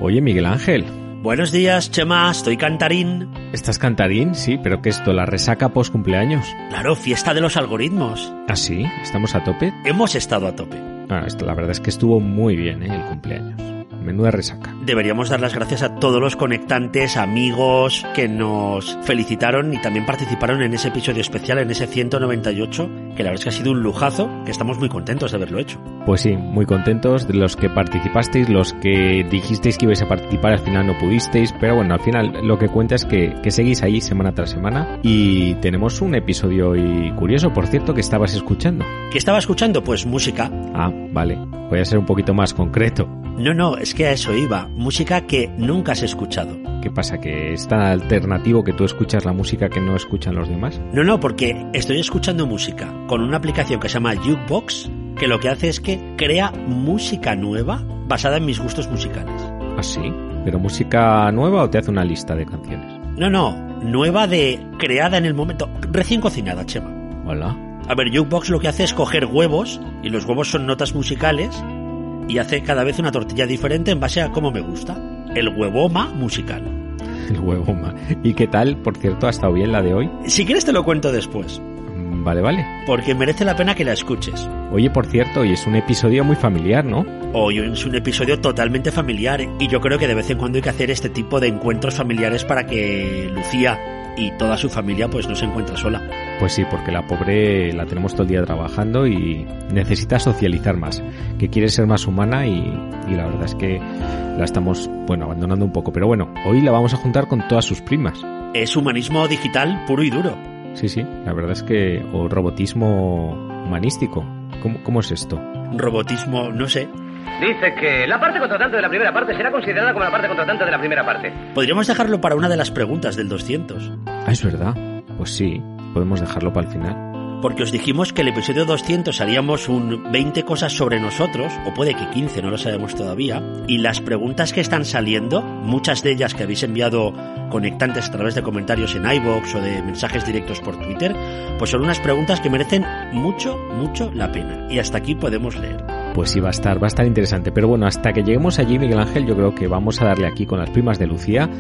Oye, Miguel Ángel. Buenos días, Chema, estoy cantarín. ¿Estás cantarín? Sí, pero ¿qué es esto? ¿La resaca post cumpleaños? Claro, fiesta de los algoritmos. ¿Ah, sí? ¿Estamos a tope? Hemos estado a tope. La verdad es que estuvo muy bien, el cumpleaños. Menuda resaca. Deberíamos dar las gracias a todos los conectantes, amigos que nos felicitaron y también participaron en ese episodio especial, en ese 198, que la verdad es que ha sido un lujazo, que estamos muy contentos de haberlo hecho. Pues sí, muy contentos de los que participasteis, los que dijisteis que ibais a participar, al final no pudisteis, pero bueno, al final lo que cuenta es que seguís ahí semana tras semana y tenemos un episodio hoy curioso, por cierto, que estabas escuchando. ¿Qué estaba escuchando? Pues música. Ah, vale, voy a ser un poquito más concreto. No, es que a eso iba. Música que nunca has escuchado. ¿Qué pasa? ¿Que es tan alternativo que tú escuchas la música que no escuchan los demás? No, porque estoy escuchando música con una aplicación que se llama Jukebox, que lo que hace es que crea música nueva basada en mis gustos musicales. ¿Ah, sí? ¿Pero música nueva o te hace una lista de canciones? No, nueva creada en el momento, recién cocinada, Chema. Hola. A ver, Jukebox lo que hace es coger huevos, y los huevos son notas musicales, y hace cada vez una tortilla diferente en base a cómo me gusta. El huevoma musical. El huevoma. ¿Y qué tal? Por cierto, ¿ha estado bien la de hoy? Si quieres te lo cuento después. Vale. Porque merece la pena que la escuches. Oye, por cierto, hoy es un episodio muy familiar, ¿no? Hoy es un episodio totalmente familiar y yo creo que de vez en cuando hay que hacer este tipo de encuentros familiares para que Lucía y toda su familia pues no se encuentre sola. Pues sí, porque la pobre la tenemos todo el día trabajando y necesita socializar más, que quiere ser más humana y la verdad es que la estamos, abandonando un poco. Pero bueno, hoy la vamos a juntar con todas sus primas. Es humanismo digital puro y duro. Sí, la verdad es que... o robotismo humanístico. ¿Cómo es esto? Robotismo, no sé. Dice que la parte contratante de la primera parte será considerada como la parte contratante de la primera parte. Podríamos dejarlo para una de las preguntas del 200. Ah, es verdad. Pues sí, podemos dejarlo para el final. Porque os dijimos que el episodio 200 haríamos un 20 cosas sobre nosotros, o puede que 15, no lo sabemos todavía, y las preguntas que están saliendo, muchas de ellas que habéis enviado conectantes a través de comentarios en iVoox o de mensajes directos por Twitter, pues son unas preguntas que merecen mucho la pena. Y hasta aquí podemos leer. Pues sí, va a estar interesante. Pero bueno, hasta que lleguemos allí, Miguel Ángel, yo creo que vamos a darle aquí con las primas de Lucía.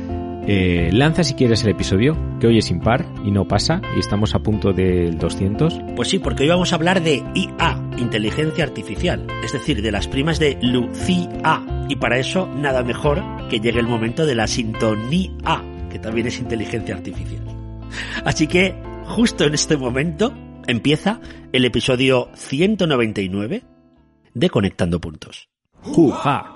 Lanza si quieres el episodio, que hoy es impar y no pasa, y estamos a punto del 200. Pues sí, porque hoy vamos a hablar de IA, inteligencia artificial, es decir, de las primas de Lucía. Y para eso, nada mejor que llegue el momento de la sintonía, que también es inteligencia artificial. Así que, justo en este momento, empieza el episodio 199 de Conectando Puntos. ¡Juja!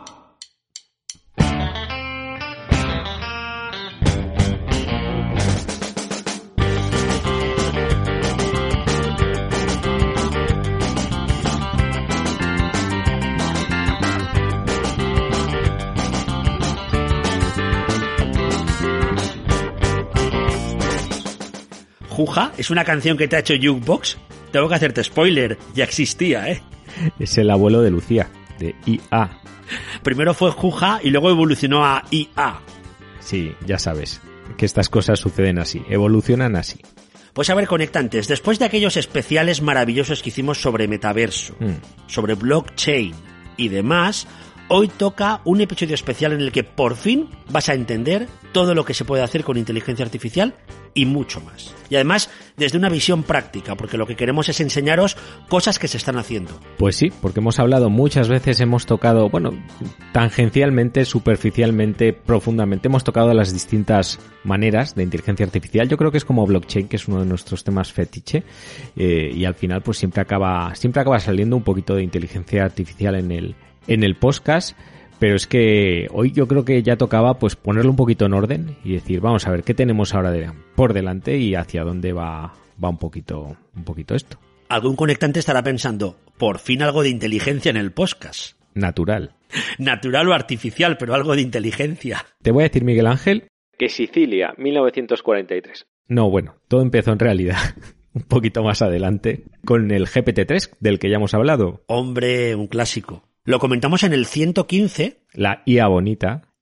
Juja es una canción que te ha hecho Jukebox. Tengo que hacerte spoiler, ya existía, ¿eh? Es el abuelo de Lucía, de IA. Primero fue Juja y luego evolucionó a IA. Sí, ya sabes, que estas cosas suceden así, evolucionan así. Pues a ver, conectantes, después de aquellos especiales maravillosos que hicimos sobre metaverso, sobre blockchain y demás, hoy toca un episodio especial en el que por fin vas a entender todo lo que se puede hacer con inteligencia artificial y mucho más. Y además, desde una visión práctica, porque lo que queremos es enseñaros cosas que se están haciendo. Pues sí, porque hemos hablado muchas veces, hemos tocado, tangencialmente, superficialmente, profundamente, hemos tocado las distintas maneras de inteligencia artificial. Yo creo que es como blockchain, que es uno de nuestros temas fetiche, y al final pues siempre acaba saliendo un poquito de inteligencia artificial en el podcast. Pero es que hoy yo creo que ya tocaba pues ponerlo un poquito en orden y decir, vamos a ver qué tenemos ahora por delante y hacia dónde va un poquito esto. Algún conectante estará pensando, por fin algo de inteligencia en el podcast. Natural o artificial, pero algo de inteligencia. Te voy a decir, Miguel Ángel, que Sicilia, 1943. No, todo empezó en realidad un poquito más adelante con el GPT-3, del que ya hemos hablado. Hombre, un clásico. Lo comentamos en el 115. La IA bonita.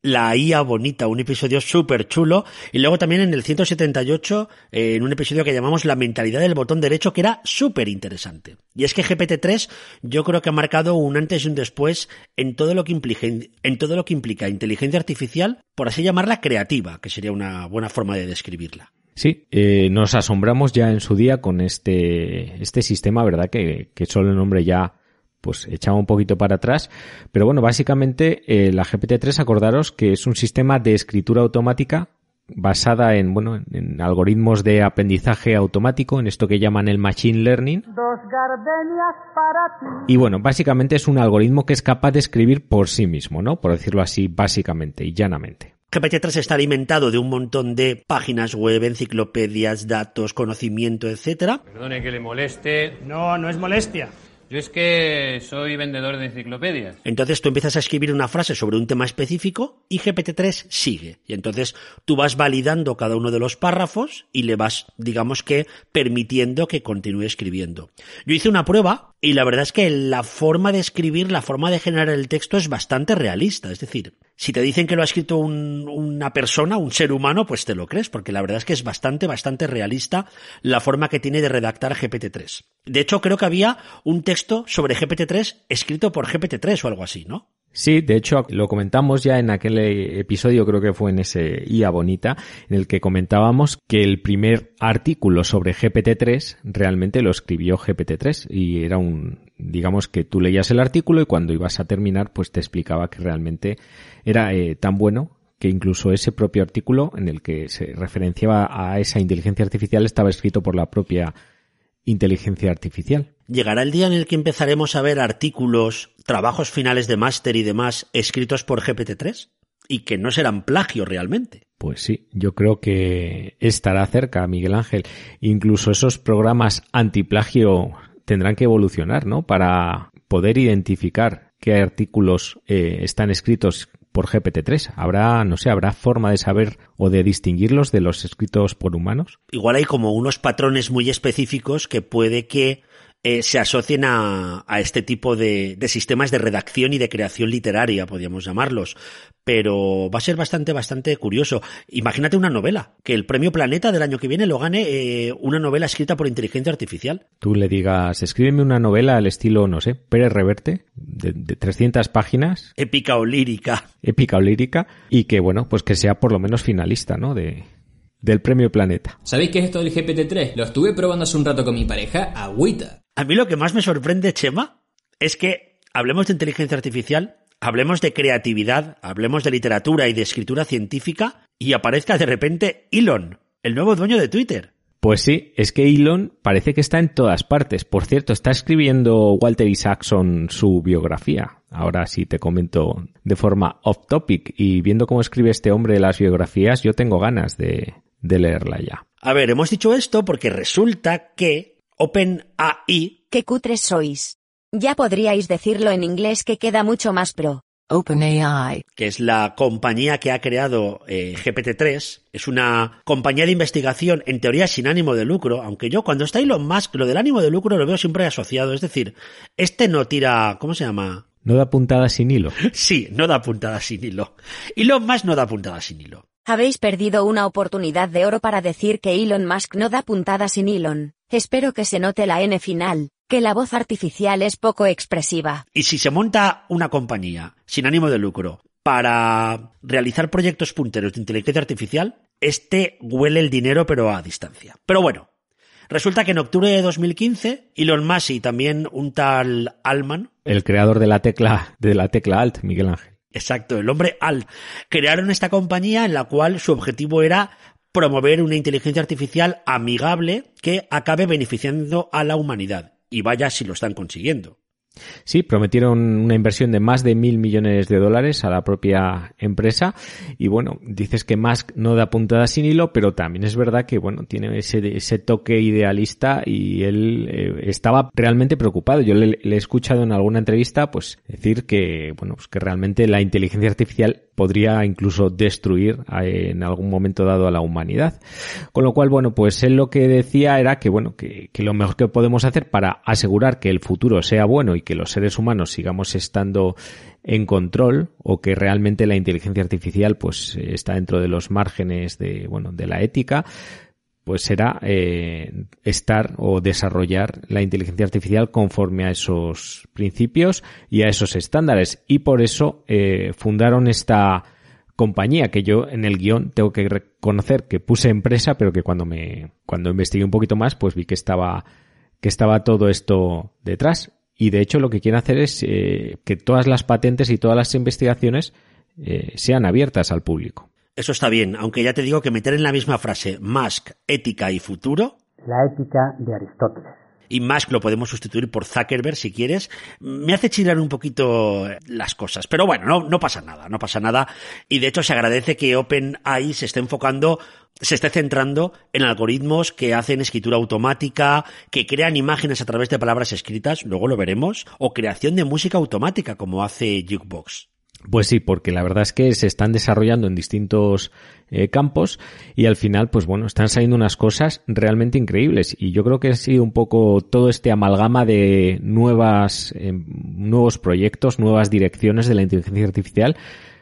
La IA bonita, un episodio súper chulo. Y luego también en el 178, en un episodio que llamamos La mentalidad del botón derecho, que era súper interesante. Y es que GPT-3 yo creo que ha marcado un antes y un después en todo lo que implica inteligencia artificial, por así llamarla creativa, que sería una buena forma de describirla. Sí, nos asombramos ya en su día con este sistema, ¿verdad? Que solo el nombre ya pues echaba un poquito para atrás, pero bueno, básicamente la GPT-3, acordaros que es un sistema de escritura automática basada en algoritmos de aprendizaje automático, en esto que llaman el machine learning. Y bueno, básicamente es un algoritmo que es capaz de escribir por sí mismo, ¿no? Por decirlo así, básicamente y llanamente. GPT-3 está alimentado de un montón de páginas web, enciclopedias, datos, conocimiento, etcétera. Perdone que le moleste. No es molestia. Yo es que soy vendedor de enciclopedias. Entonces tú empiezas a escribir una frase sobre un tema específico y GPT-3 sigue. Y entonces tú vas validando cada uno de los párrafos y le vas, digamos que, permitiendo que continúe escribiendo. Yo hice una prueba y la verdad es que la forma de escribir, la forma de generar el texto es bastante realista. Es decir, si te dicen que lo ha escrito una persona, un ser humano, pues te lo crees, porque la verdad es que es bastante realista la forma que tiene de redactar GPT-3. De hecho, creo que había un texto sobre GPT-3 escrito por GPT-3 o algo así, ¿no? Sí, de hecho lo comentamos ya en aquel episodio, creo que fue en ese IA Bonita, en el que comentábamos que el primer artículo sobre GPT-3 realmente lo escribió GPT-3 y era digamos que tú leías el artículo y cuando ibas a terminar pues te explicaba que realmente era tan bueno que incluso ese propio artículo en el que se referenciaba a esa inteligencia artificial estaba escrito por la propia inteligencia artificial. ¿Llegará el día en el que empezaremos a ver artículos, trabajos finales de máster y demás escritos por GPT-3? Y que no serán plagio realmente. Pues sí, yo creo que estará cerca, Miguel Ángel. Incluso esos programas antiplagio tendrán que evolucionar, ¿no? Para poder identificar qué artículos están escritos por GPT-3. ¿Habrá forma de saber o de distinguirlos de los escritos por humanos? Igual hay como unos patrones muy específicos que puede que se asocien a este tipo de sistemas de redacción y de creación literaria, podríamos llamarlos. Pero va a ser bastante curioso. Imagínate una novela, que el Premio Planeta del año que viene lo gane una novela escrita por inteligencia artificial. Tú le digas, escríbeme una novela al estilo, no sé, Pérez Reverte, de 300 páginas. Épica o lírica, y que, bueno, pues que sea por lo menos finalista, ¿no? Del Premio Planeta. ¿Sabéis qué es esto del GPT-3? Lo estuve probando hace un rato con mi pareja, agüita. A mí lo que más me sorprende, Chema, es que hablemos de inteligencia artificial, hablemos de creatividad, hablemos de literatura y de escritura científica y aparezca de repente Elon, el nuevo dueño de Twitter. Pues sí, es que Elon parece que está en todas partes. Por cierto, está escribiendo Walter Isaacson su biografía. Ahora sí te comento de forma off topic y viendo cómo escribe este hombre las biografías, yo tengo ganas de leerla ya. A ver, hemos dicho esto porque resulta que OpenAI... ¡Qué cutres sois! Ya podríais decirlo en inglés que queda mucho más pro. OpenAI, que es la compañía que ha creado GPT-3, es una compañía de investigación en teoría sin ánimo de lucro, aunque yo cuando está Elon Musk lo del ánimo de lucro lo veo siempre asociado, es decir, no tira, ¿cómo se llama? No da puntada sin hilo. Sí, no da puntada sin hilo. Elon Musk no da puntada sin hilo. Habéis perdido una oportunidad de oro para decir que Elon Musk no da puntada sin Elon. Espero que se note la N final, que la voz artificial es poco expresiva. Y si se monta una compañía sin ánimo de lucro para realizar proyectos punteros de inteligencia artificial, huele el dinero pero a distancia. Pero bueno, resulta que en octubre de 2015, Elon Musk y también un tal Altman, el creador de la tecla Alt, Miguel Ángel. Exacto, el hombre Alt, crearon esta compañía en la cual su objetivo era promover una inteligencia artificial amigable que acabe beneficiando a la humanidad. Y vaya si lo están consiguiendo. Sí, prometieron una inversión de más de $1.000 millones a la propia empresa y bueno, dices que Musk no da puntada sin hilo, pero también es verdad que bueno, tiene ese toque idealista y él estaba realmente preocupado. Yo le he escuchado en alguna entrevista pues decir que bueno, pues que realmente la inteligencia artificial podría incluso destruir en algún momento dado a la humanidad. Con lo cual, bueno, pues él lo que decía era que, bueno, que lo mejor que podemos hacer para asegurar que el futuro sea bueno y que los seres humanos sigamos estando en control, o que realmente la inteligencia artificial pues está dentro de los márgenes de la ética, pues será estar o desarrollar la inteligencia artificial conforme a esos principios y a esos estándares. Y por eso fundaron esta compañía, que yo en el guión tengo que reconocer que puse empresa, pero que cuando investigué un poquito más, pues vi que estaba todo esto detrás. Y de hecho lo que quieren hacer es que todas las patentes y todas las investigaciones sean abiertas al público. Eso está bien, aunque ya te digo que meter en la misma frase Musk, ética y futuro... La ética de Aristóteles. Y Musk lo podemos sustituir por Zuckerberg si quieres, me hace chilar un poquito las cosas. Pero bueno, no pasa nada. Y de hecho se agradece que OpenAI se esté centrando en algoritmos que hacen escritura automática, que crean imágenes a través de palabras escritas, luego lo veremos, o creación de música automática como hace Jukebox. Pues sí, porque la verdad es que se están desarrollando en distintos campos y al final, pues bueno, están saliendo unas cosas realmente increíbles, y yo creo que ha sido un poco todo este amalgama de nuevos proyectos, nuevas direcciones de la inteligencia artificial,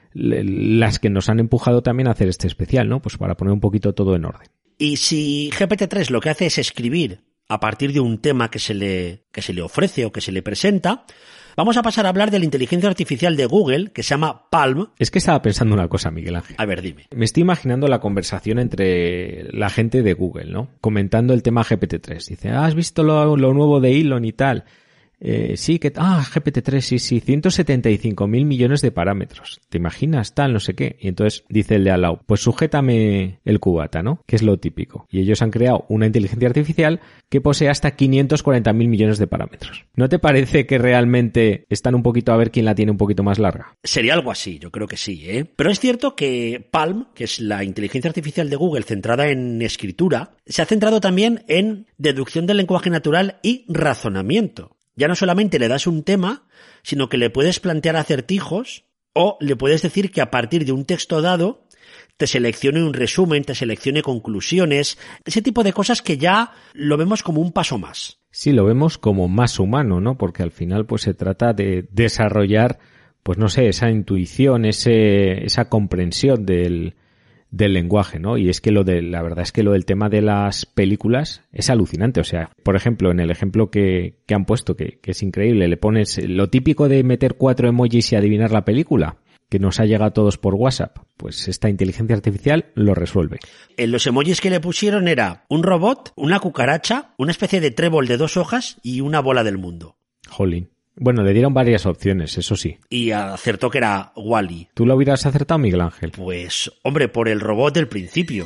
las que nos han empujado también a hacer este especial, ¿no? Pues para poner un poquito todo en orden. Y si GPT-3 lo que hace es escribir a partir de un tema que se le ofrece o que se le presenta, vamos a pasar a hablar de la inteligencia artificial de Google, que se llama PaLM. Es que estaba pensando una cosa, Miguel Ángel. A ver, dime. Me estoy imaginando la conversación entre la gente de Google, ¿no? Comentando el tema GPT-3. Dice, ¿has visto lo nuevo de Elon y tal? Sí, GPT-3, sí, 175.000 millones de parámetros. ¿Te imaginas? Tal, no sé qué. Y entonces dice el de al lado, pues sujétame el cubata, ¿no? Que es lo típico. Y ellos han creado una inteligencia artificial que posee hasta 540.000 millones de parámetros. ¿No te parece que realmente están un poquito a ver quién la tiene un poquito más larga? Sería algo así, yo creo que sí, ¿eh? Pero es cierto que PaLM, que es la inteligencia artificial de Google centrada en escritura, se ha centrado también en deducción del lenguaje natural y razonamiento. Ya no solamente le das un tema, sino que le puedes plantear acertijos o le puedes decir que a partir de un texto dado te seleccione un resumen, te seleccione conclusiones, ese tipo de cosas que ya lo vemos como un paso más. Sí, lo vemos como más humano, ¿no? Porque al final pues se trata de desarrollar, pues no sé, esa intuición, esa comprensión del lenguaje, ¿no? Y es que la verdad es que lo del tema de las películas es alucinante. O sea, por ejemplo, en el ejemplo que han puesto, que es increíble, le pones lo típico de meter 4 emojis y adivinar la película, que nos ha llegado a todos por WhatsApp. Pues esta inteligencia artificial lo resuelve. En los emojis que le pusieron era un robot, una cucaracha, una especie de trébol de 2 hojas y una bola del mundo. Jolín. Bueno, le dieron varias opciones, eso sí. Y acertó que era Wall-E. ¿Tú lo hubieras acertado, Miguel Ángel? Pues, hombre, por el robot del principio.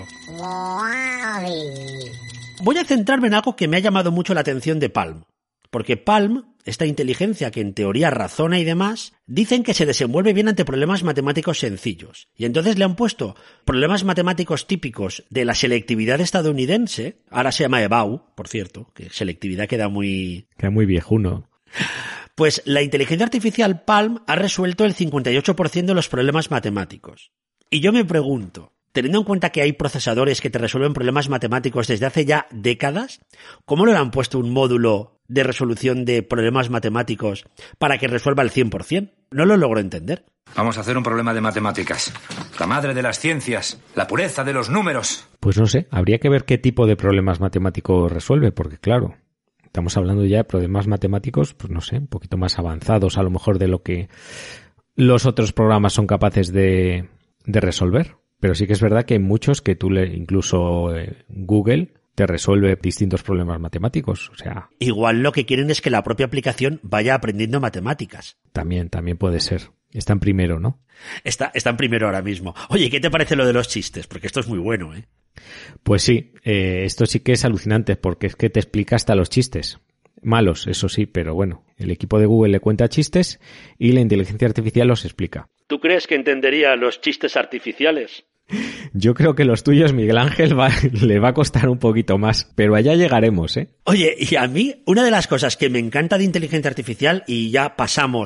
Voy a centrarme en algo que me ha llamado mucho la atención de PaLM. Porque PaLM, esta inteligencia que en teoría razona y demás, dicen que se desenvuelve bien ante problemas matemáticos sencillos. Y entonces le han puesto problemas matemáticos típicos de la selectividad estadounidense. Ahora se llama EBAU, por cierto, que selectividad queda muy viejuno. Pues la inteligencia artificial PaLM ha resuelto el 58% de los problemas matemáticos. Y yo me pregunto, teniendo en cuenta que hay procesadores que te resuelven problemas matemáticos desde hace ya décadas, ¿cómo le han puesto un módulo de resolución de problemas matemáticos para que resuelva el 100%? No lo logro entender. Vamos a hacer un problema de matemáticas. La madre de las ciencias, la pureza de los números. Pues no sé, habría que ver qué tipo de problemas matemáticos resuelve, porque claro, estamos hablando ya de problemas matemáticos, pues no sé, un poquito más avanzados a lo mejor de lo que los otros programas son capaces de resolver. Pero sí que es verdad que hay muchos que incluso Google te resuelve distintos problemas matemáticos. O sea, igual lo que quieren es que la propia aplicación vaya aprendiendo matemáticas. También puede ser. Está en primero, ¿no? Está en primero ahora mismo. Oye, ¿qué te parece lo de los chistes? Porque esto es muy bueno, ¿eh? Pues sí, esto sí que es alucinante porque es que te explica hasta los chistes. Malos, eso sí, pero bueno, el equipo de Google le cuenta chistes y la inteligencia artificial los explica. ¿Tú crees que entendería los chistes artificiales? Yo creo que los tuyos, Miguel Ángel, le va a costar un poquito más, pero allá llegaremos, ¿eh? Oye, y a mí, una de las cosas que me encanta de inteligencia artificial, y ya pasamos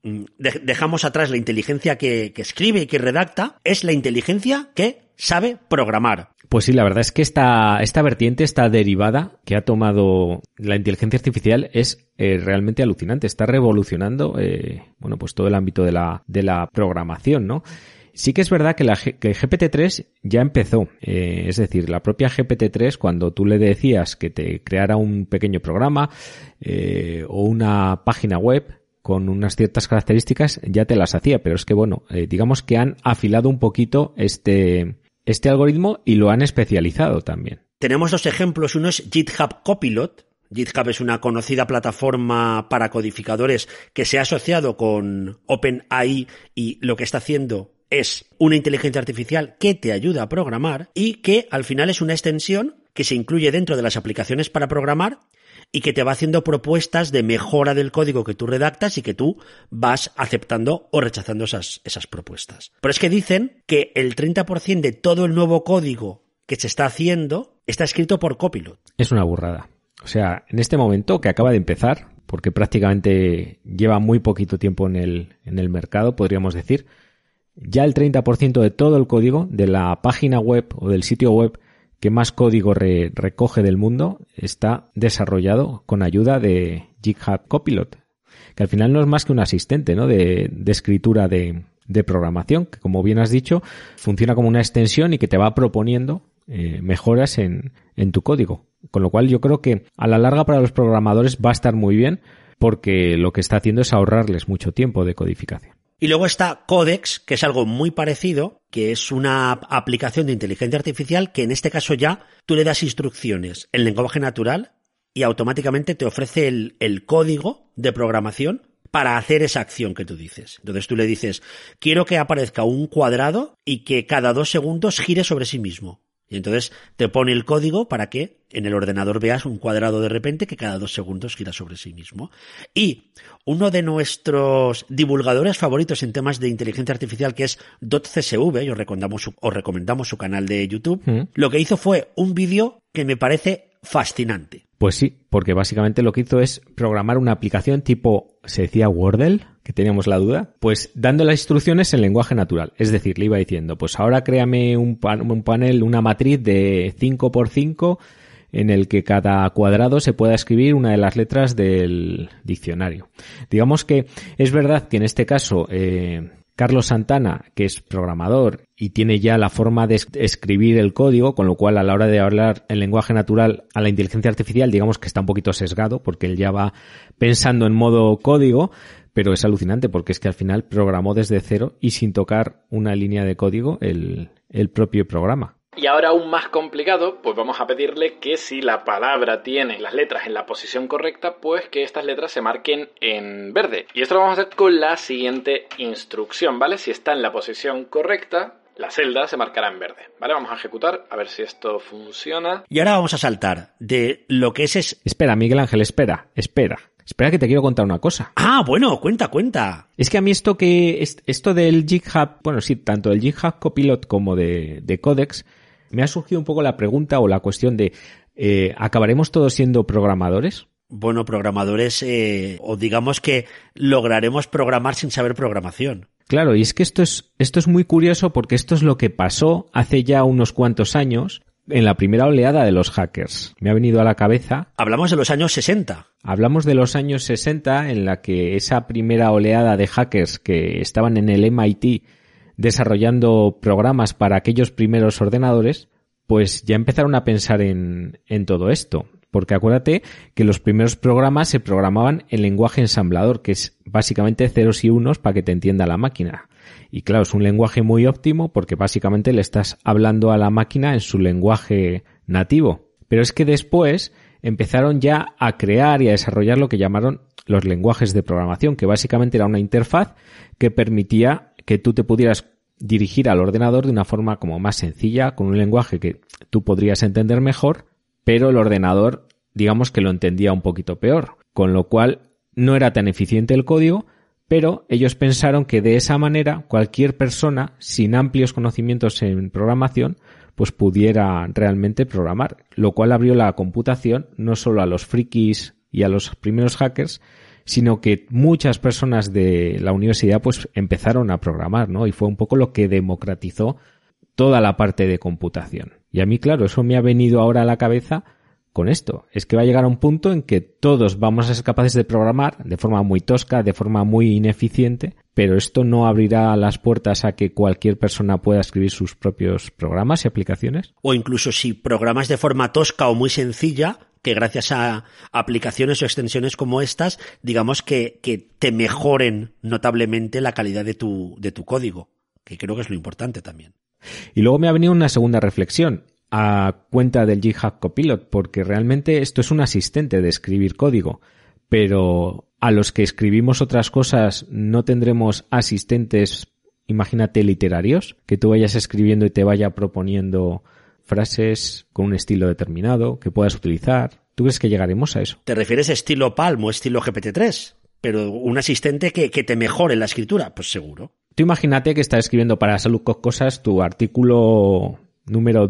dejamos atrás la inteligencia que escribe y que redacta, es la inteligencia que sabe programar. Pues sí, la verdad es que esta vertiente, esta derivada que ha tomado la inteligencia artificial es realmente alucinante. Está revolucionando pues todo el ámbito de la programación, ¿no? Sí que es verdad que que GPT-3 ya empezó. Es decir, la propia GPT-3, cuando tú le decías que te creara un pequeño programa o una página web con unas ciertas características, ya te las hacía. Pero es que, digamos que han afilado un poquito este algoritmo y lo han especializado también. Tenemos dos ejemplos. Uno es GitHub Copilot. GitHub es una conocida plataforma para codificadores que se ha asociado con OpenAI y lo que está haciendo es una inteligencia artificial que te ayuda a programar y que al final es una extensión que se incluye dentro de las aplicaciones para programar y que te va haciendo propuestas de mejora del código que tú redactas y que tú vas aceptando o rechazando esas propuestas. Pero es que dicen que el 30% de todo el nuevo código que se está haciendo está escrito por Copilot. Es una burrada. O sea, en este momento que acaba de empezar, porque prácticamente lleva muy poquito tiempo en el mercado, podríamos decir, ya el 30% de todo el código de la página web o del sitio web que más código recoge del mundo está desarrollado con ayuda de GitHub Copilot, que al final no es más que un asistente, ¿no? de escritura de programación, que como bien has dicho, funciona como una extensión y que te va proponiendo mejoras en tu código. Con lo cual yo creo que a la larga para los programadores va a estar muy bien porque lo que está haciendo es ahorrarles mucho tiempo de codificación. Y luego está Codex, que es algo muy parecido, que es una aplicación de inteligencia artificial que en este caso ya tú le das instrucciones en lenguaje natural y automáticamente te ofrece el código de programación para hacer esa acción que tú dices. Entonces tú le dices, quiero que aparezca un cuadrado y que cada 2 segundos gire sobre sí mismo. Y entonces te pone el código para que en el ordenador veas un cuadrado de repente que cada 2 segundos gira sobre sí mismo. Y uno de nuestros divulgadores favoritos en temas de inteligencia artificial, que es .csv, y os recomendamos su canal de YouTube, lo que hizo fue un vídeo que me parece fascinante. Pues sí, porque básicamente lo que hizo es programar una aplicación tipo, se decía Wordle, que teníamos la duda, pues dando las instrucciones en lenguaje natural. Es decir, le iba diciendo, pues ahora créame un panel, una matriz de 5x5 en el que cada cuadrado se pueda escribir una de las letras del diccionario. Digamos que es verdad que en este caso Carlos Santana, que es programador y tiene ya la forma de escribir el código, con lo cual a la hora de hablar en lenguaje natural a la inteligencia artificial, digamos que está un poquito sesgado porque él ya va pensando en modo código, pero es alucinante porque es que al final programó desde cero y sin tocar una línea de código el propio programa. Y ahora aún más complicado, pues vamos a pedirle que si la palabra tiene las letras en la posición correcta, pues que estas letras se marquen en verde. Y esto lo vamos a hacer con la siguiente instrucción, ¿vale? Si está en la posición correcta, la celda se marcará en verde, ¿vale? Vamos a ejecutar, a ver si esto funciona. Y ahora vamos a saltar de lo que es... Espera, Miguel Ángel, espera que te quiero contar una cosa. Ah, bueno, cuenta. Es que a mí esto del GitHub, bueno, sí, tanto del GitHub Copilot como de Codex, me ha surgido un poco la pregunta o la cuestión de ¿acabaremos todos siendo programadores? Bueno, programadores, o digamos que lograremos programar sin saber programación. Claro, y es que esto es muy curioso porque esto es lo que pasó hace ya unos cuantos años en la primera oleada de los hackers. Me ha venido a la cabeza. Hablamos de los años 60. Hablamos de los años 60 en la que esa primera oleada de hackers que estaban en el MIT desarrollando programas para aquellos primeros ordenadores, pues ya empezaron a pensar en todo esto. Porque acuérdate que los primeros programas se programaban en lenguaje ensamblador, que es básicamente ceros y unos para que te entienda la máquina. Y claro, es un lenguaje muy óptimo porque básicamente le estás hablando a la máquina en su lenguaje nativo. Pero es que después empezaron ya a crear y a desarrollar lo que llamaron los lenguajes de programación, que básicamente era una interfaz que permitía que tú te pudieras dirigir al ordenador de una forma como más sencilla, con un lenguaje que tú podrías entender mejor, pero el ordenador, digamos que lo entendía un poquito peor, con lo cual no era tan eficiente el código, pero ellos pensaron que de esa manera cualquier persona sin amplios conocimientos en programación pues pudiera realmente programar, lo cual abrió la computación no solo a los frikis y a los primeros hackers, sino que muchas personas de la universidad pues empezaron a programar, ¿no? Y fue un poco lo que democratizó toda la parte de computación. Y a mí, claro, eso me ha venido ahora a la cabeza con esto. Es que va a llegar a un punto en que todos vamos a ser capaces de programar de forma muy tosca, de forma muy ineficiente, pero esto no abrirá las puertas a que cualquier persona pueda escribir sus propios programas y aplicaciones. O incluso si programas de forma tosca o muy sencilla, que gracias a aplicaciones o extensiones como estas, digamos que te mejoren notablemente la calidad de tu código, que creo que es lo importante también. Y luego me ha venido una segunda reflexión a cuenta del GitHub Copilot, porque realmente esto es un asistente de escribir código, pero a los que escribimos otras cosas no tendremos asistentes, imagínate, literarios, que tú vayas escribiendo y te vaya proponiendo frases con un estilo determinado que puedas utilizar. ¿Tú crees que llegaremos a eso? ¿Te refieres a estilo Palm o estilo GPT-3? Pero un asistente que te mejore la escritura, pues seguro. Tú imagínate que estás escribiendo para Salud con Cosas tu artículo número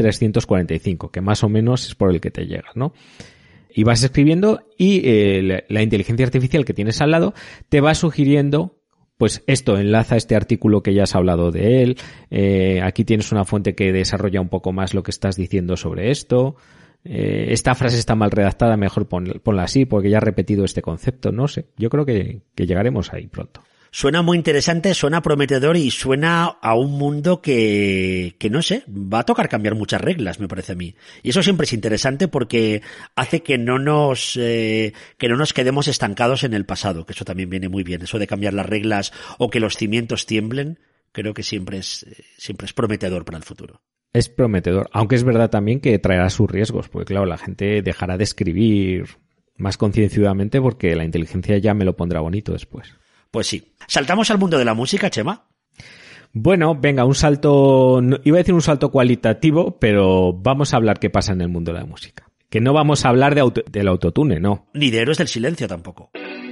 2345, que más o menos es por el que te llegas, ¿no? Y vas escribiendo y la inteligencia artificial que tienes al lado te va sugiriendo, pues esto, enlaza este artículo que ya has hablado de él, aquí tienes una fuente que desarrolla un poco más lo que estás diciendo sobre esto, esta frase está mal redactada, mejor ponla así porque ya has repetido este concepto, no sé, yo creo que llegaremos ahí pronto. Suena muy interesante, suena prometedor y suena a un mundo que no sé, va a tocar cambiar muchas reglas, me parece a mí. Y eso siempre es interesante porque hace que no nos quedemos estancados en el pasado, que eso también viene muy bien. Eso de cambiar las reglas o que los cimientos tiemblen, creo que siempre es prometedor para el futuro. Es prometedor, aunque es verdad también que traerá sus riesgos, porque claro, la gente dejará de escribir más concienzudamente porque la inteligencia ya me lo pondrá bonito después. Pues sí. ¿Saltamos al mundo de la música, Chema? Bueno, venga, un salto, iba a decir un salto cualitativo, pero vamos a hablar qué pasa en el mundo de la música. Que no vamos a hablar del autotune, no. Ni de Héroes del Silencio tampoco.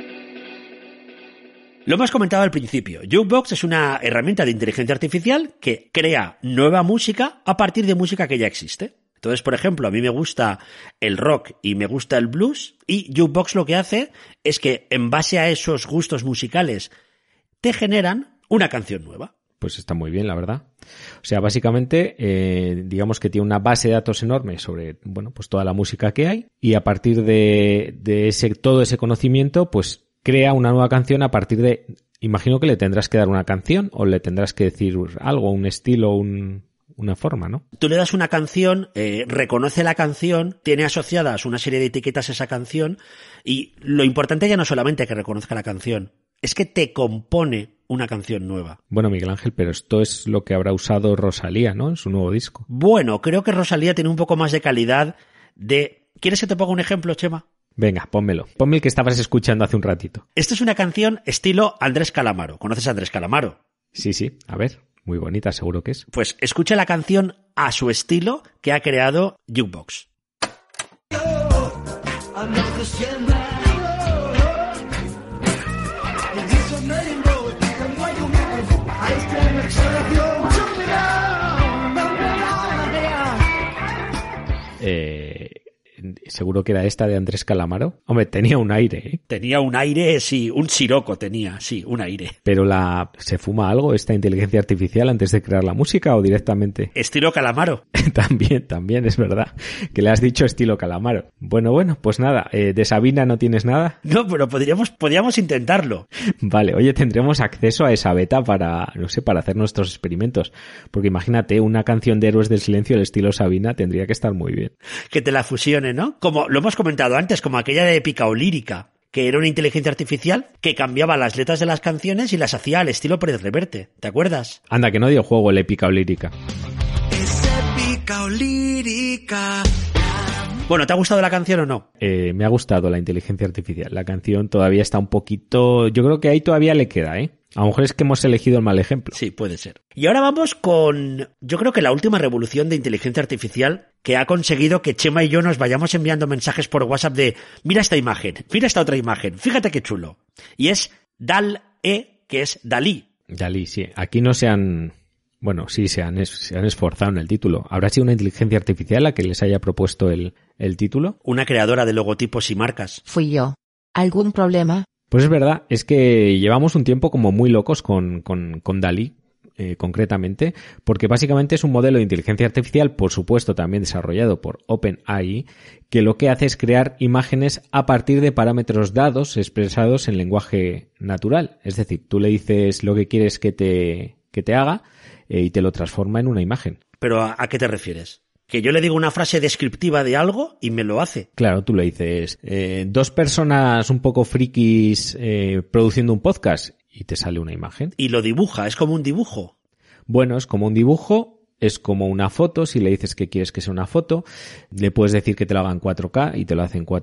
Lo hemos comentado al principio. Jukebox es una herramienta de inteligencia artificial que crea nueva música a partir de música que ya existe. Entonces, por ejemplo, a mí me gusta el rock y me gusta el blues y Jukebox lo que hace es que en base a esos gustos musicales te generan una canción nueva. Pues está muy bien, la verdad. O sea, básicamente, digamos que tiene una base de datos enorme sobre, bueno, pues toda la música que hay y a partir de todo ese conocimiento, pues crea una nueva canción a partir de, imagino que le tendrás que dar una canción o le tendrás que decir algo, un estilo, una forma, ¿no? Tú le das una canción, reconoce la canción, tiene asociadas una serie de etiquetas a esa canción y lo importante ya no solamente que reconozca la canción, es que te compone una canción nueva. Bueno, Miguel Ángel, pero esto es lo que habrá usado Rosalía, ¿no? En su nuevo disco. Bueno, creo que Rosalía tiene un poco más de calidad de... ¿Quieres que te ponga un ejemplo, Chema? Venga, pónmelo. Ponme el que estabas escuchando hace un ratito. Esto es una canción estilo Andrés Calamaro. ¿Conoces a Andrés Calamaro? Sí, a ver. Muy bonita, seguro que es. Pues escucha la canción a su estilo que ha creado Jukebox. Seguro que era esta de Andrés Calamaro. Hombre, tenía un aire, ¿eh? Tenía un aire, sí, un siroco tenía, sí, un aire. Pero ¿se fuma algo esta inteligencia artificial antes de crear la música o directamente? Estilo Calamaro. También, es verdad. Que le has dicho estilo Calamaro. Bueno, pues nada, ¿de Sabina no tienes nada? No, pero podríamos intentarlo. Vale, oye, tendremos acceso a esa beta para hacer nuestros experimentos. Porque imagínate, una canción de Héroes del Silencio del estilo Sabina tendría que estar muy bien. Que te la fusione, ¿no? Como lo hemos comentado antes, como aquella de Épica o Lírica, que era una inteligencia artificial que cambiaba las letras de las canciones y las hacía al estilo Pérez Reverte. ¿Te acuerdas? Anda, que no dio juego el Épica o Lírica. Es Épica o Lírica. Bueno, ¿te ha gustado la canción o no? Me ha gustado la inteligencia artificial. La canción todavía está un poquito... Yo creo que ahí todavía le queda, ¿eh? A lo mejor es que hemos elegido el mal ejemplo. Sí, puede ser. Y ahora vamos con, yo creo que la última revolución de inteligencia artificial que ha conseguido que Chema y yo nos vayamos enviando mensajes por WhatsApp de mira esta imagen, mira esta otra imagen, fíjate qué chulo. Y es DALL-E, que es Dalí. Dalí, sí. Aquí no se han... Bueno, sí, se han esforzado en el título. ¿Habrá sido una inteligencia artificial la que les haya propuesto el título? Una creadora de logotipos y marcas. Fui yo. ¿Algún problema? Pues es verdad, es que llevamos un tiempo como muy locos con DALL-E. Concretamente, porque básicamente es un modelo de inteligencia artificial, por supuesto también desarrollado por OpenAI, que lo que hace es crear imágenes a partir de parámetros dados expresados en lenguaje natural. Es decir, tú le dices lo que quieres que te haga y te lo transforma en una imagen. ¿Pero a qué te refieres? Que yo le digo una frase descriptiva de algo y me lo hace. Claro, tú le dices, 2 personas un poco frikis produciendo un podcast y te sale una imagen. Y lo dibuja, es como un dibujo. Bueno, es como un dibujo, es como una foto, si le dices que quieres que sea una foto, le puedes decir que te lo haga en 4K y te lo hace en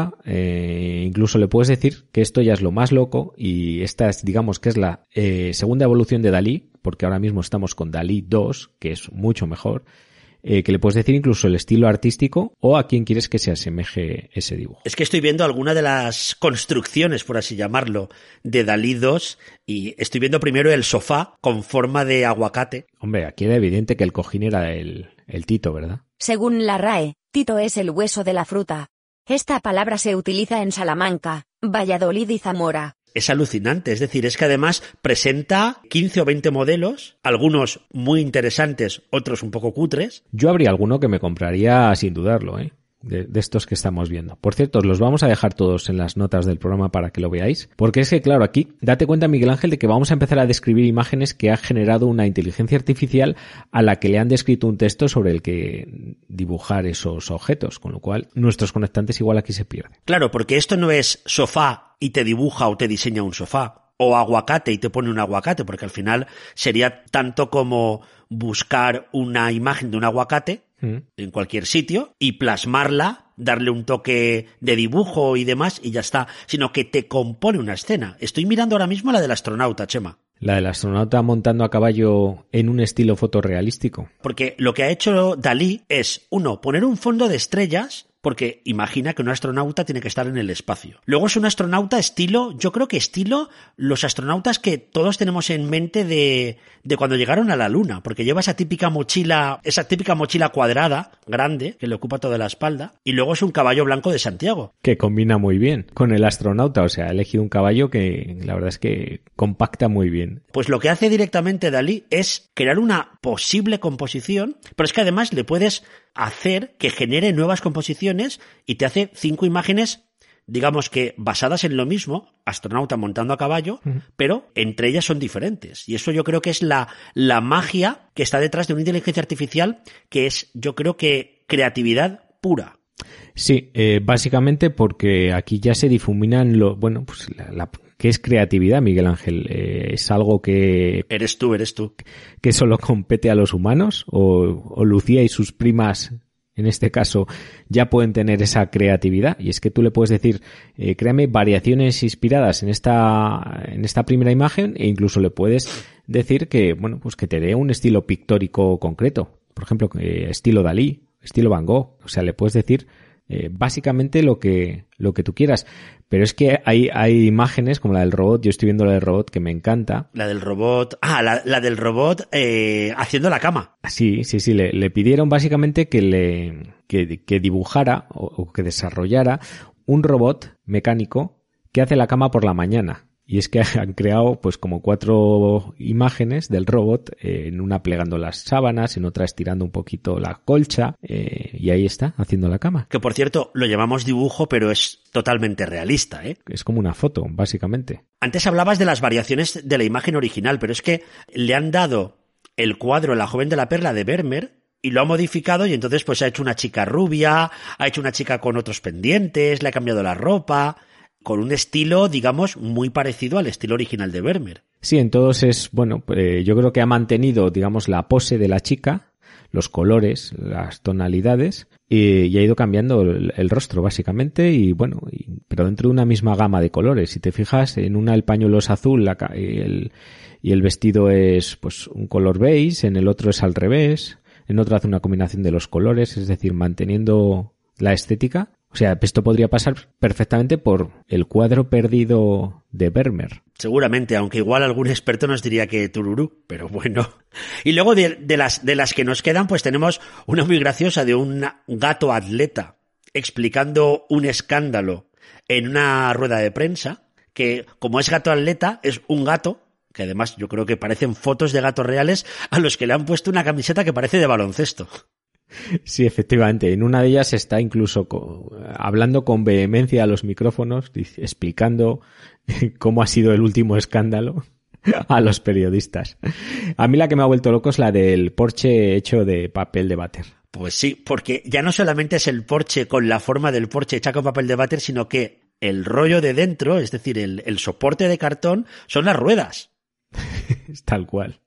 4K, incluso le puedes decir que esto ya es lo más loco y esta es, digamos que es la segunda evolución de DALL-E, porque ahora mismo estamos con DALL-E 2, que es mucho mejor, que le puedes decir incluso el estilo artístico o a quién quieres que se asemeje ese dibujo. Es que estoy viendo alguna de las construcciones, por así llamarlo, de DALL-E 2 y estoy viendo primero el sofá con forma de aguacate. Hombre, aquí era evidente que el cojín era el Tito, ¿verdad? Según la RAE, Tito es el hueso de la fruta. Esta palabra se utiliza en Salamanca, Valladolid y Zamora. Es alucinante, es decir, es que además presenta 15 o 20 modelos, algunos muy interesantes, otros un poco cutres. Yo habría alguno que me compraría sin dudarlo, de estos que estamos viendo. Por cierto, os los vamos a dejar todos en las notas del programa para que lo veáis, porque es que, claro, aquí date cuenta, Miguel Ángel, de que vamos a empezar a describir imágenes que ha generado una inteligencia artificial a la que le han descrito un texto sobre el que dibujar esos objetos, con lo cual nuestros conectantes igual aquí se pierden. Claro, porque esto no es sofá y te dibuja o te diseña un sofá, o aguacate y te pone un aguacate, porque al final sería tanto como buscar una imagen de un aguacate en cualquier sitio y plasmarla, darle un toque de dibujo y demás y ya está, sino que te compone una escena. Estoy mirando ahora mismo la del astronauta, Chema. La del astronauta montando a caballo en un estilo fotorrealístico. Porque lo que ha hecho DALL-E es, uno, poner un fondo de estrellas, porque imagina que un astronauta tiene que estar en el espacio. Luego es un astronauta estilo, yo creo que estilo los astronautas que todos tenemos en mente de cuando llegaron a la Luna, porque lleva esa típica mochila cuadrada, grande, que le ocupa toda la espalda, y luego es un caballo blanco de Santiago. Que combina muy bien con el astronauta, o sea, ha elegido un caballo que la verdad es que compacta muy bien. Pues lo que hace directamente DALL-E es crear una posible composición, pero es que además le puedes hacer que genere nuevas composiciones y te hace 5 imágenes, digamos que basadas en lo mismo, astronauta montando a caballo, pero entre ellas son diferentes. Y eso yo creo que es la magia que está detrás de una inteligencia artificial que es, yo creo que, creatividad pura. Sí, básicamente porque aquí ya se difuminan ¿qué es creatividad, Miguel Ángel? ¿Es algo que... Eres tú. ¿Que solo compete a los humanos? ¿O Lucía y sus primas, en este caso, ya pueden tener esa creatividad? Y es que tú le puedes decir, créame variaciones inspiradas en esta primera imagen, e incluso le puedes decir que, bueno, pues que te dé un estilo pictórico concreto. Por ejemplo, estilo DALL-E, estilo Van Gogh. O sea, le puedes decir básicamente lo que tú quieras. Pero es que hay imágenes como la del robot. Yo estoy viendo la del robot que me encanta. La del robot. La del robot haciendo la cama. Sí. Le pidieron básicamente que dibujara o que desarrollara un robot mecánico que hace la cama por la mañana. Y es que han creado pues como 4 imágenes del robot, en una plegando las sábanas, en otra estirando un poquito la colcha, y ahí está, haciendo la cama. Que por cierto, lo llamamos dibujo, pero es totalmente realista, ¿eh? Es como una foto, básicamente. Antes hablabas de las variaciones de la imagen original, pero es que le han dado el cuadro La joven de la perla de Vermeer y lo ha modificado y entonces pues ha hecho una chica rubia, ha hecho una chica con otros pendientes, le ha cambiado la ropa, con un estilo, digamos, muy parecido al estilo original de Vermeer. Sí, entonces yo creo que ha mantenido, digamos, la pose de la chica, los colores, las tonalidades, y ha ido cambiando el rostro, básicamente, pero dentro de una misma gama de colores. Si te fijas, en una el pañuelo es azul y el vestido es pues un color beige, en el otro es al revés, en otro hace una combinación de los colores, es decir, manteniendo la estética. O sea, esto podría pasar perfectamente por el cuadro perdido de Vermeer. Seguramente, aunque igual algún experto nos diría que tururú, pero bueno. Y luego de las que nos quedan, pues tenemos una muy graciosa de un gato atleta explicando un escándalo en una rueda de prensa, que como es gato atleta, es un gato, que además yo creo que parecen fotos de gatos reales a los que le han puesto una camiseta que parece de baloncesto. Sí, efectivamente. En una de ellas está incluso hablando con vehemencia a los micrófonos, explicando cómo ha sido el último escándalo a los periodistas. A mí la que me ha vuelto loco es la del Porsche hecho de papel de váter. Pues sí, porque ya no solamente es el Porsche con la forma del Porsche hecha con papel de váter, sino que el rollo de dentro, es decir, el soporte de cartón, son las ruedas. Tal cual.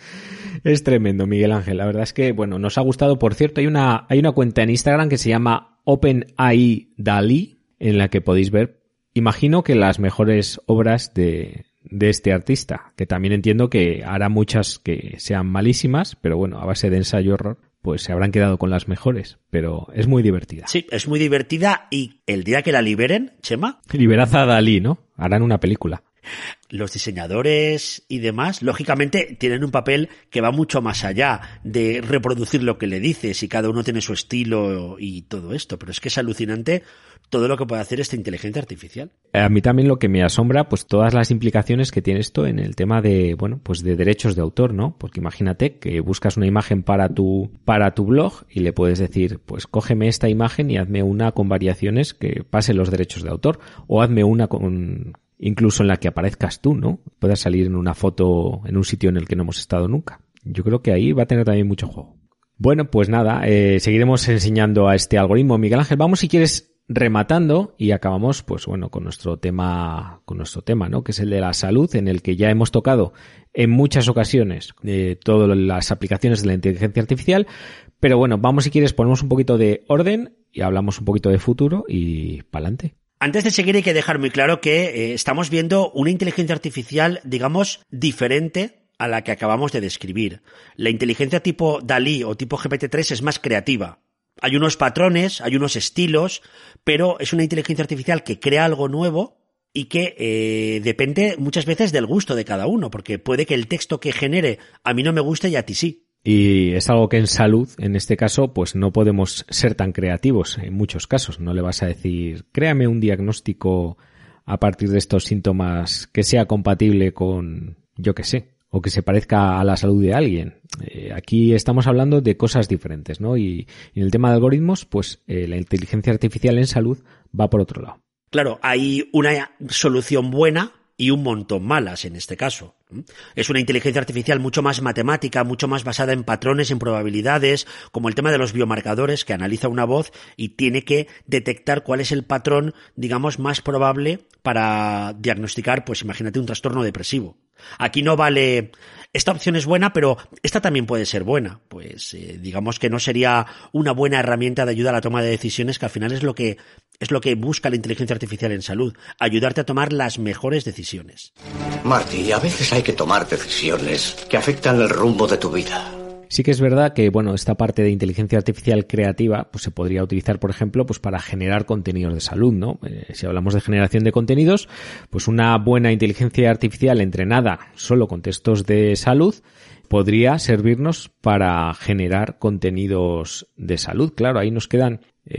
Es tremendo, Miguel Ángel. La verdad es que, bueno, nos ha gustado. Por cierto, hay una cuenta en Instagram que se llama OpenAI DALL-E, en la que podéis ver, imagino que las mejores obras de este artista, que también entiendo que hará muchas que sean malísimas, pero bueno, a base de ensayo-error, pues se habrán quedado con las mejores, pero es muy divertida. Sí, es muy divertida y el día que la liberen, Chema... Liberad a Dalí, ¿no? Harán una película. Los diseñadores y demás, lógicamente, tienen un papel que va mucho más allá de reproducir lo que le dices y cada uno tiene su estilo y todo esto, pero es que es alucinante todo lo que puede hacer esta inteligencia artificial. A mí también lo que me asombra, pues todas las implicaciones que tiene esto en el tema de, bueno, pues de derechos de autor, ¿no? Porque imagínate que buscas una imagen para tu blog y le puedes decir, pues cógeme esta imagen y hazme una con variaciones que pasen los derechos de autor, o hazme una con incluso en la que aparezcas tú, ¿no? Puedas salir en una foto en un sitio en el que no hemos estado nunca. Yo creo que ahí va a tener también mucho juego. Bueno, pues nada, seguiremos enseñando a este algoritmo. Miguel Ángel, vamos si quieres rematando y acabamos, pues bueno, con nuestro tema, ¿no? Que es el de la salud, en el que ya hemos tocado en muchas ocasiones todas las aplicaciones de la inteligencia artificial. Pero bueno, vamos si quieres, ponemos un poquito de orden y hablamos un poquito de futuro y pa'lante. Antes de seguir hay que dejar muy claro que estamos viendo una inteligencia artificial, digamos, diferente a la que acabamos de describir. La inteligencia tipo DALL-E o tipo GPT-3 es más creativa. Hay unos patrones, hay unos estilos, pero es una inteligencia artificial que crea algo nuevo y que depende muchas veces del gusto de cada uno, porque puede que el texto que genere a mí no me guste y a ti sí. Y es algo que en salud, en este caso, pues no podemos ser tan creativos en muchos casos. No le vas a decir, créame un diagnóstico a partir de estos síntomas que sea compatible con, yo qué sé, o que se parezca a la salud de alguien. Aquí estamos hablando de cosas diferentes, ¿no? Y en el tema de algoritmos, pues la inteligencia artificial en salud va por otro lado. Claro, hay una solución buena y un montón malas en este caso. Es una inteligencia artificial mucho más matemática, mucho más basada en patrones, en probabilidades, como el tema de los biomarcadores, que analiza una voz y tiene que detectar cuál es el patrón, digamos, más probable para diagnosticar, pues imagínate, un trastorno depresivo. Aquí no vale, esta opción es buena, pero esta también puede ser buena. Pues digamos que no sería una buena herramienta de ayuda a la toma de decisiones, que al final es lo que busca la inteligencia artificial en salud, ayudarte a tomar las mejores decisiones. Marty, a veces hay que tomar decisiones que afectan el rumbo de tu vida. Sí que es verdad que, bueno, esta parte de inteligencia artificial creativa, pues se podría utilizar, por ejemplo, pues para generar contenidos de salud, ¿no? Si hablamos de generación de contenidos, pues una buena inteligencia artificial entrenada solo con textos de salud podría servirnos para generar contenidos de salud. Claro, ahí nos quedan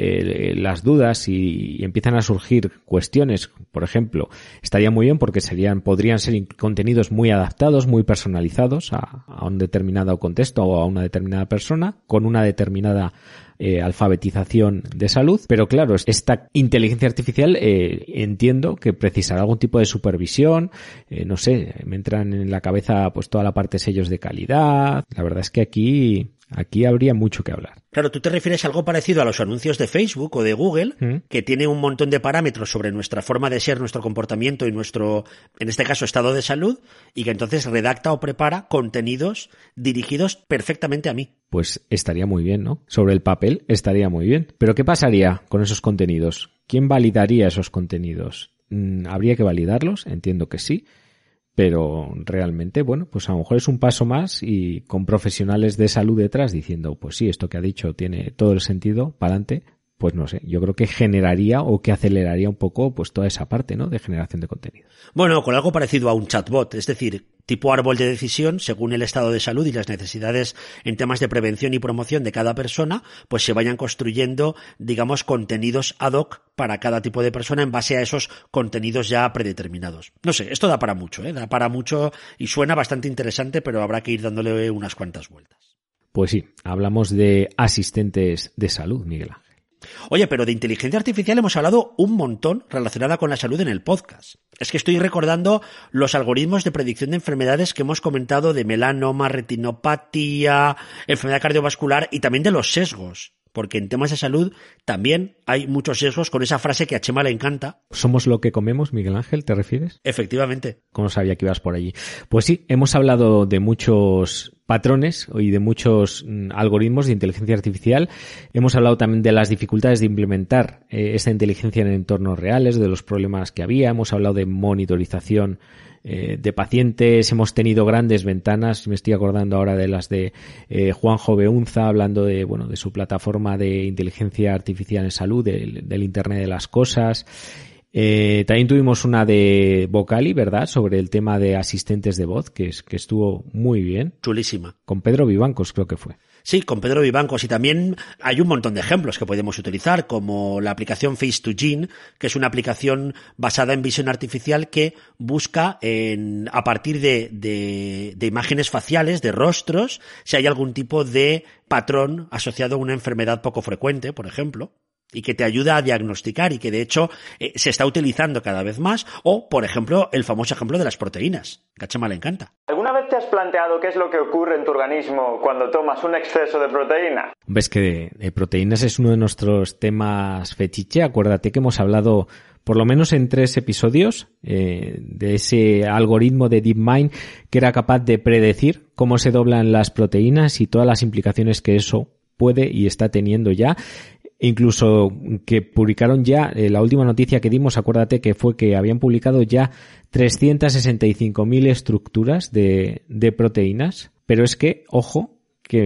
las dudas y empiezan a surgir cuestiones. Por ejemplo, estaría muy bien porque podrían ser contenidos muy adaptados, muy personalizados a un determinado contexto o a una determinada persona, con una determinada alfabetización de salud, pero claro, esta inteligencia artificial entiendo que precisará algún tipo de supervisión, no sé, me entran en la cabeza pues toda la parte de sellos de calidad. La verdad es que aquí habría mucho que hablar. Claro, tú te refieres a algo parecido a los anuncios de Facebook o de Google, que tiene un montón de parámetros sobre nuestra forma de ser, nuestro comportamiento y nuestro, en este caso, estado de salud, y que entonces redacta o prepara contenidos dirigidos perfectamente a mí. Pues estaría muy bien, ¿no? Sobre el papel estaría muy bien. Pero ¿qué pasaría con esos contenidos? ¿Quién validaría esos contenidos? ¿Habría que validarlos? Entiendo que sí. Pero realmente, bueno, pues a lo mejor es un paso más y con profesionales de salud detrás diciendo, pues sí, esto que ha dicho tiene todo el sentido, para adelante, pues no sé, yo creo que generaría o que aceleraría un poco pues toda esa parte, ¿no?, de generación de contenido. Bueno, con algo parecido a un chatbot, es decir, tipo árbol de decisión, según el estado de salud y las necesidades en temas de prevención y promoción de cada persona, pues se vayan construyendo, digamos, contenidos ad hoc para cada tipo de persona en base a esos contenidos ya predeterminados. No sé, esto da para mucho, da para mucho y suena bastante interesante, pero habrá que ir dándole unas cuantas vueltas. Pues sí, hablamos de asistentes de salud, Miguel Ángel. Oye, pero de inteligencia artificial hemos hablado un montón relacionada con la salud en el podcast. Es que estoy recordando los algoritmos de predicción de enfermedades que hemos comentado de melanoma, retinopatía, enfermedad cardiovascular y también de los sesgos. Porque en temas de salud también hay muchos sesgos con esa frase que a Chema le encanta. ¿Somos lo que comemos, Miguel Ángel, te refieres? Efectivamente. ¿Cómo sabía que ibas por allí? Pues sí, hemos hablado de muchos patrones y de muchos algoritmos de inteligencia artificial. Hemos hablado también de las dificultades de implementar esa inteligencia en entornos reales, de los problemas que había. Hemos hablado de monitorización de pacientes, hemos tenido grandes ventanas, me estoy acordando ahora de las de Juanjo Beunza, hablando de su plataforma de inteligencia artificial en salud, del Internet de las cosas. También tuvimos una de Vocali, ¿verdad?, sobre el tema de asistentes de voz, que estuvo muy bien. Chulísima. Con Pedro Vivancos, creo que fue. Sí, con Pedro Vivancos, y también hay un montón de ejemplos que podemos utilizar, como la aplicación Face2Gene, que es una aplicación basada en visión artificial que busca a partir de imágenes faciales, de rostros, si hay algún tipo de patrón asociado a una enfermedad poco frecuente, por ejemplo, y que te ayuda a diagnosticar y que de hecho se está utilizando cada vez más, o por ejemplo el famoso ejemplo de las proteínas, que a Chema le encanta. ¿Alguna vez te has planteado qué es lo que ocurre en tu organismo cuando tomas un exceso de proteína? Ves que de proteínas es uno de nuestros temas fetiche. Acuérdate que hemos hablado por lo menos en 3 episodios de ese algoritmo de DeepMind que era capaz de predecir cómo se doblan las proteínas y todas las implicaciones que eso puede y está teniendo ya. Incluso que publicaron ya, la última noticia que dimos, acuérdate que fue que habían publicado ya 365.000 estructuras de proteínas, pero es que, ojo,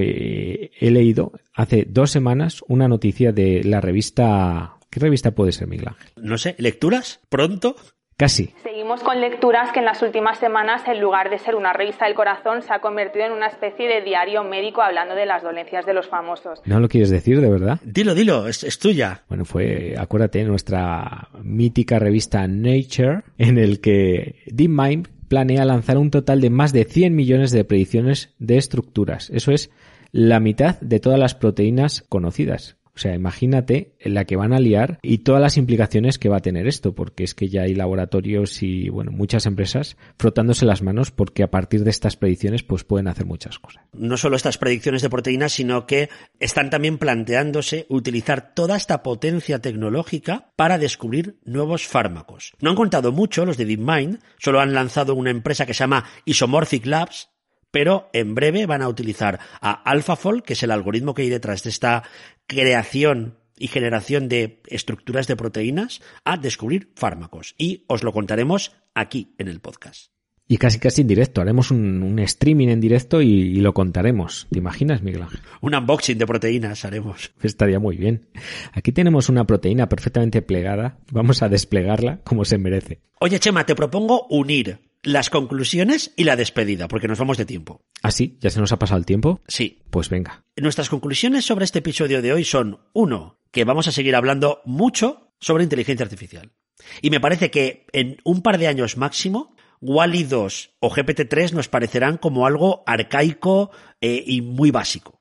que he leído hace 2 semanas una noticia de la revista... ¿Qué revista puede ser, Miguel Ángel? No sé, ¿Lecturas? ¿Pronto? Casi. Seguimos con Lecturas, que en las últimas semanas, en lugar de ser una revista del corazón, se ha convertido en una especie de diario médico hablando de las dolencias de los famosos. ¿No lo quieres decir, de verdad? Dilo, es tuya. Bueno, fue, acuérdate, nuestra mítica revista Nature, en el que DeepMind planea lanzar un total de más de 100 millones de predicciones de estructuras. Eso es la mitad de todas las proteínas conocidas. O sea, imagínate la que van a liar y todas las implicaciones que va a tener esto, porque es que ya hay laboratorios y, muchas empresas frotándose las manos porque a partir de estas predicciones pues pueden hacer muchas cosas. No solo estas predicciones de proteínas, sino que están también planteándose utilizar toda esta potencia tecnológica para descubrir nuevos fármacos. No han contado mucho los de DeepMind, solo han lanzado una empresa que se llama Isomorphic Labs, pero en breve van a utilizar a AlphaFold, que es el algoritmo que hay detrás de esta creación y generación de estructuras de proteínas, a descubrir fármacos. Y os lo contaremos aquí en el podcast. Y casi en directo. Haremos un streaming en directo y lo contaremos. ¿Te imaginas, Miguel Ángel? Un unboxing de proteínas haremos. Estaría muy bien. Aquí tenemos una proteína perfectamente plegada. Vamos a desplegarla como se merece. Oye, Chema, te propongo unir las conclusiones y la despedida, porque nos vamos de tiempo. ¿Ah, sí? ¿Ya se nos ha pasado el tiempo? Sí. Pues venga. Nuestras conclusiones sobre este episodio de hoy son, 1, que vamos a seguir hablando mucho sobre inteligencia artificial. Y me parece que en un par de años máximo, WALL-E 2 o GPT-3 nos parecerán como algo arcaico y muy básico.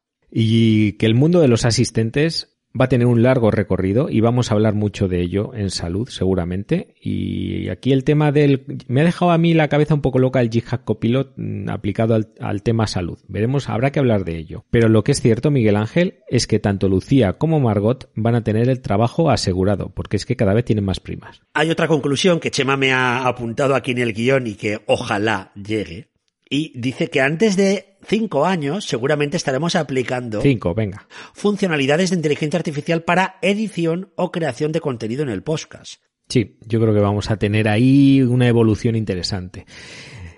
Y que el mundo de los asistentes va a tener un largo recorrido y vamos a hablar mucho de ello en salud seguramente. Y aquí el tema me ha dejado a mí la cabeza un poco loca el GitHub Copilot aplicado al tema salud. Veremos, habrá que hablar de ello. Pero lo que es cierto, Miguel Ángel, es que tanto Lucía como Margot van a tener el trabajo asegurado, porque es que cada vez tienen más primas. Hay otra conclusión que Chema me ha apuntado aquí en el guión y que ojalá llegue. Y dice que antes de 5 años seguramente estaremos aplicando 5, venga, funcionalidades de inteligencia artificial para edición o creación de contenido en el podcast. Sí, yo creo que vamos a tener ahí una evolución interesante.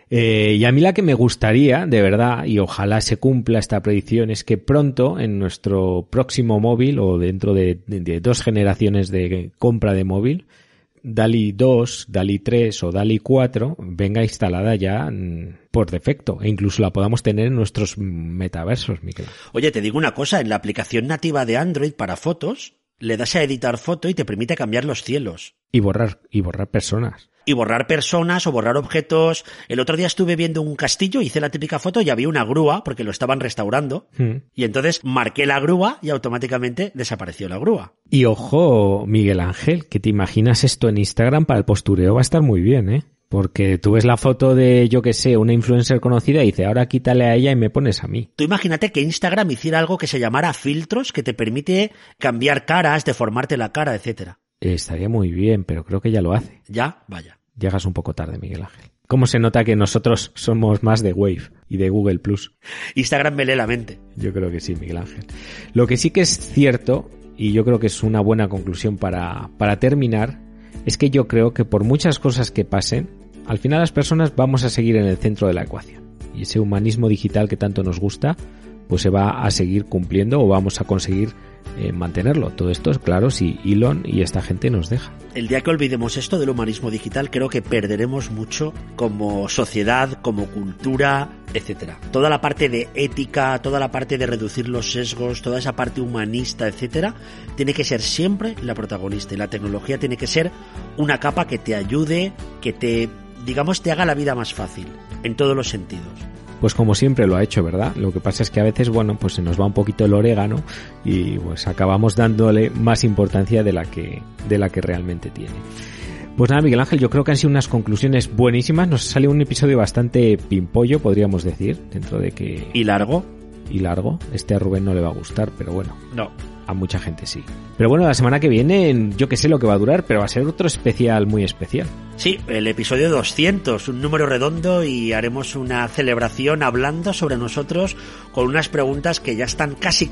Y a mí la que me gustaría, de verdad, y ojalá se cumpla esta predicción, es que pronto en nuestro próximo móvil o dentro de 2 generaciones de compra de móvil, DALL-E 2, DALL-E 3 o DALL-E 4 venga instalada ya por defecto e incluso la podamos tener en nuestros metaversos, Miquel. Oye, te digo una cosa, en la aplicación nativa de Android para fotos, le das a editar foto y te permite cambiar los cielos. Y borrar personas. Y borrar personas o borrar objetos. El otro día estuve viendo un castillo, hice la típica foto y había una grúa porque lo estaban restaurando. Y entonces marqué la grúa y automáticamente desapareció la grúa. Y ojo, Miguel Ángel, que te imaginas esto en Instagram para el postureo va a estar muy bien, ¿eh? Porque tú ves la foto de, yo que sé, una influencer conocida y dice, ahora quítale a ella y me pones a mí. Tú imagínate que Instagram hiciera algo que se llamara filtros, que te permite cambiar caras, deformarte la cara, etcétera. Estaría muy bien, pero creo que ya lo hace. ¿Ya? Vaya. Llegas un poco tarde, Miguel Ángel. ¿Cómo se nota que nosotros somos más de Wave y de Google Plus? Instagram me lee la mente. Yo creo que sí, Miguel Ángel. Lo que sí que es cierto, y yo creo que es una buena conclusión para terminar, es que yo creo que por muchas cosas que pasen, al final las personas vamos a seguir en el centro de la ecuación. Y ese humanismo digital que tanto nos gusta, pues se va a seguir cumpliendo o vamos a conseguir mantenerlo. Todo esto es claro si Elon y esta gente nos deja. El día que olvidemos esto del humanismo digital, creo que perderemos mucho como sociedad, como cultura, etcétera. Toda la parte de ética, toda la parte de reducir los sesgos, toda esa parte humanista, etcétera, tiene que ser siempre la protagonista. Y la tecnología tiene que ser una capa que te ayude, que te haga la vida más fácil, en todos los sentidos. Pues como siempre lo ha hecho, ¿verdad? Lo que pasa es que a veces, bueno, pues se nos va un poquito el orégano y pues acabamos dándole más importancia de la que realmente tiene. Pues nada, Miguel Ángel, yo creo que han sido unas conclusiones buenísimas. Nos salió un episodio bastante pimpollo, podríamos decir, dentro de que... ¿Y largo? Y largo. A Rubén no le va a gustar, pero bueno. No. A mucha gente sí. Pero bueno, la semana que viene, yo que sé lo que va a durar, pero va a ser otro especial muy especial. Sí, el episodio 200, un número redondo, y haremos una celebración hablando sobre nosotros con unas preguntas que ya están casi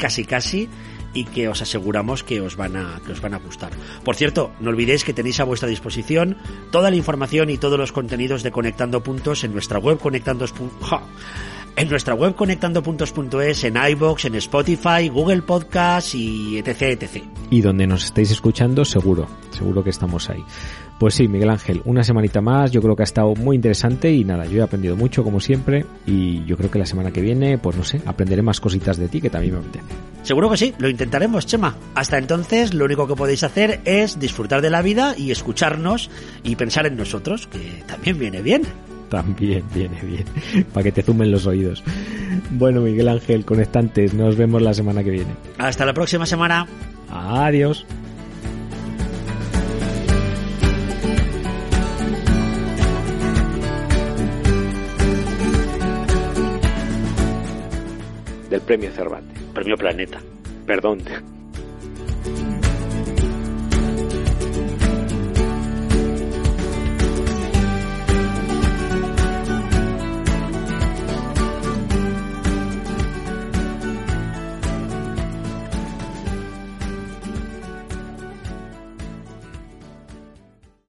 y que os aseguramos que os van a gustar. Por cierto, no olvidéis que tenéis a vuestra disposición toda la información y todos los contenidos de Conectando Puntos en nuestra web conectandopuntos.es, en iVoox, en Spotify, Google Podcast y etc. Y donde nos estáis escuchando, seguro que estamos ahí. Pues sí, Miguel Ángel, una semanita más, yo creo que ha estado muy interesante y nada, yo he aprendido mucho como siempre y yo creo que la semana que viene, pues no sé, aprenderé más cositas de ti que también me apetece. Seguro que sí, lo intentaremos, Chema. Hasta entonces, lo único que podéis hacer es disfrutar de la vida y escucharnos y pensar en nosotros, que también viene bien. También viene bien, para que te zumen los oídos. Bueno, Miguel Ángel, conectantes, nos vemos la semana que viene. Hasta la próxima semana. Adiós. Del Premio Cervantes. Premio Planeta. Perdón.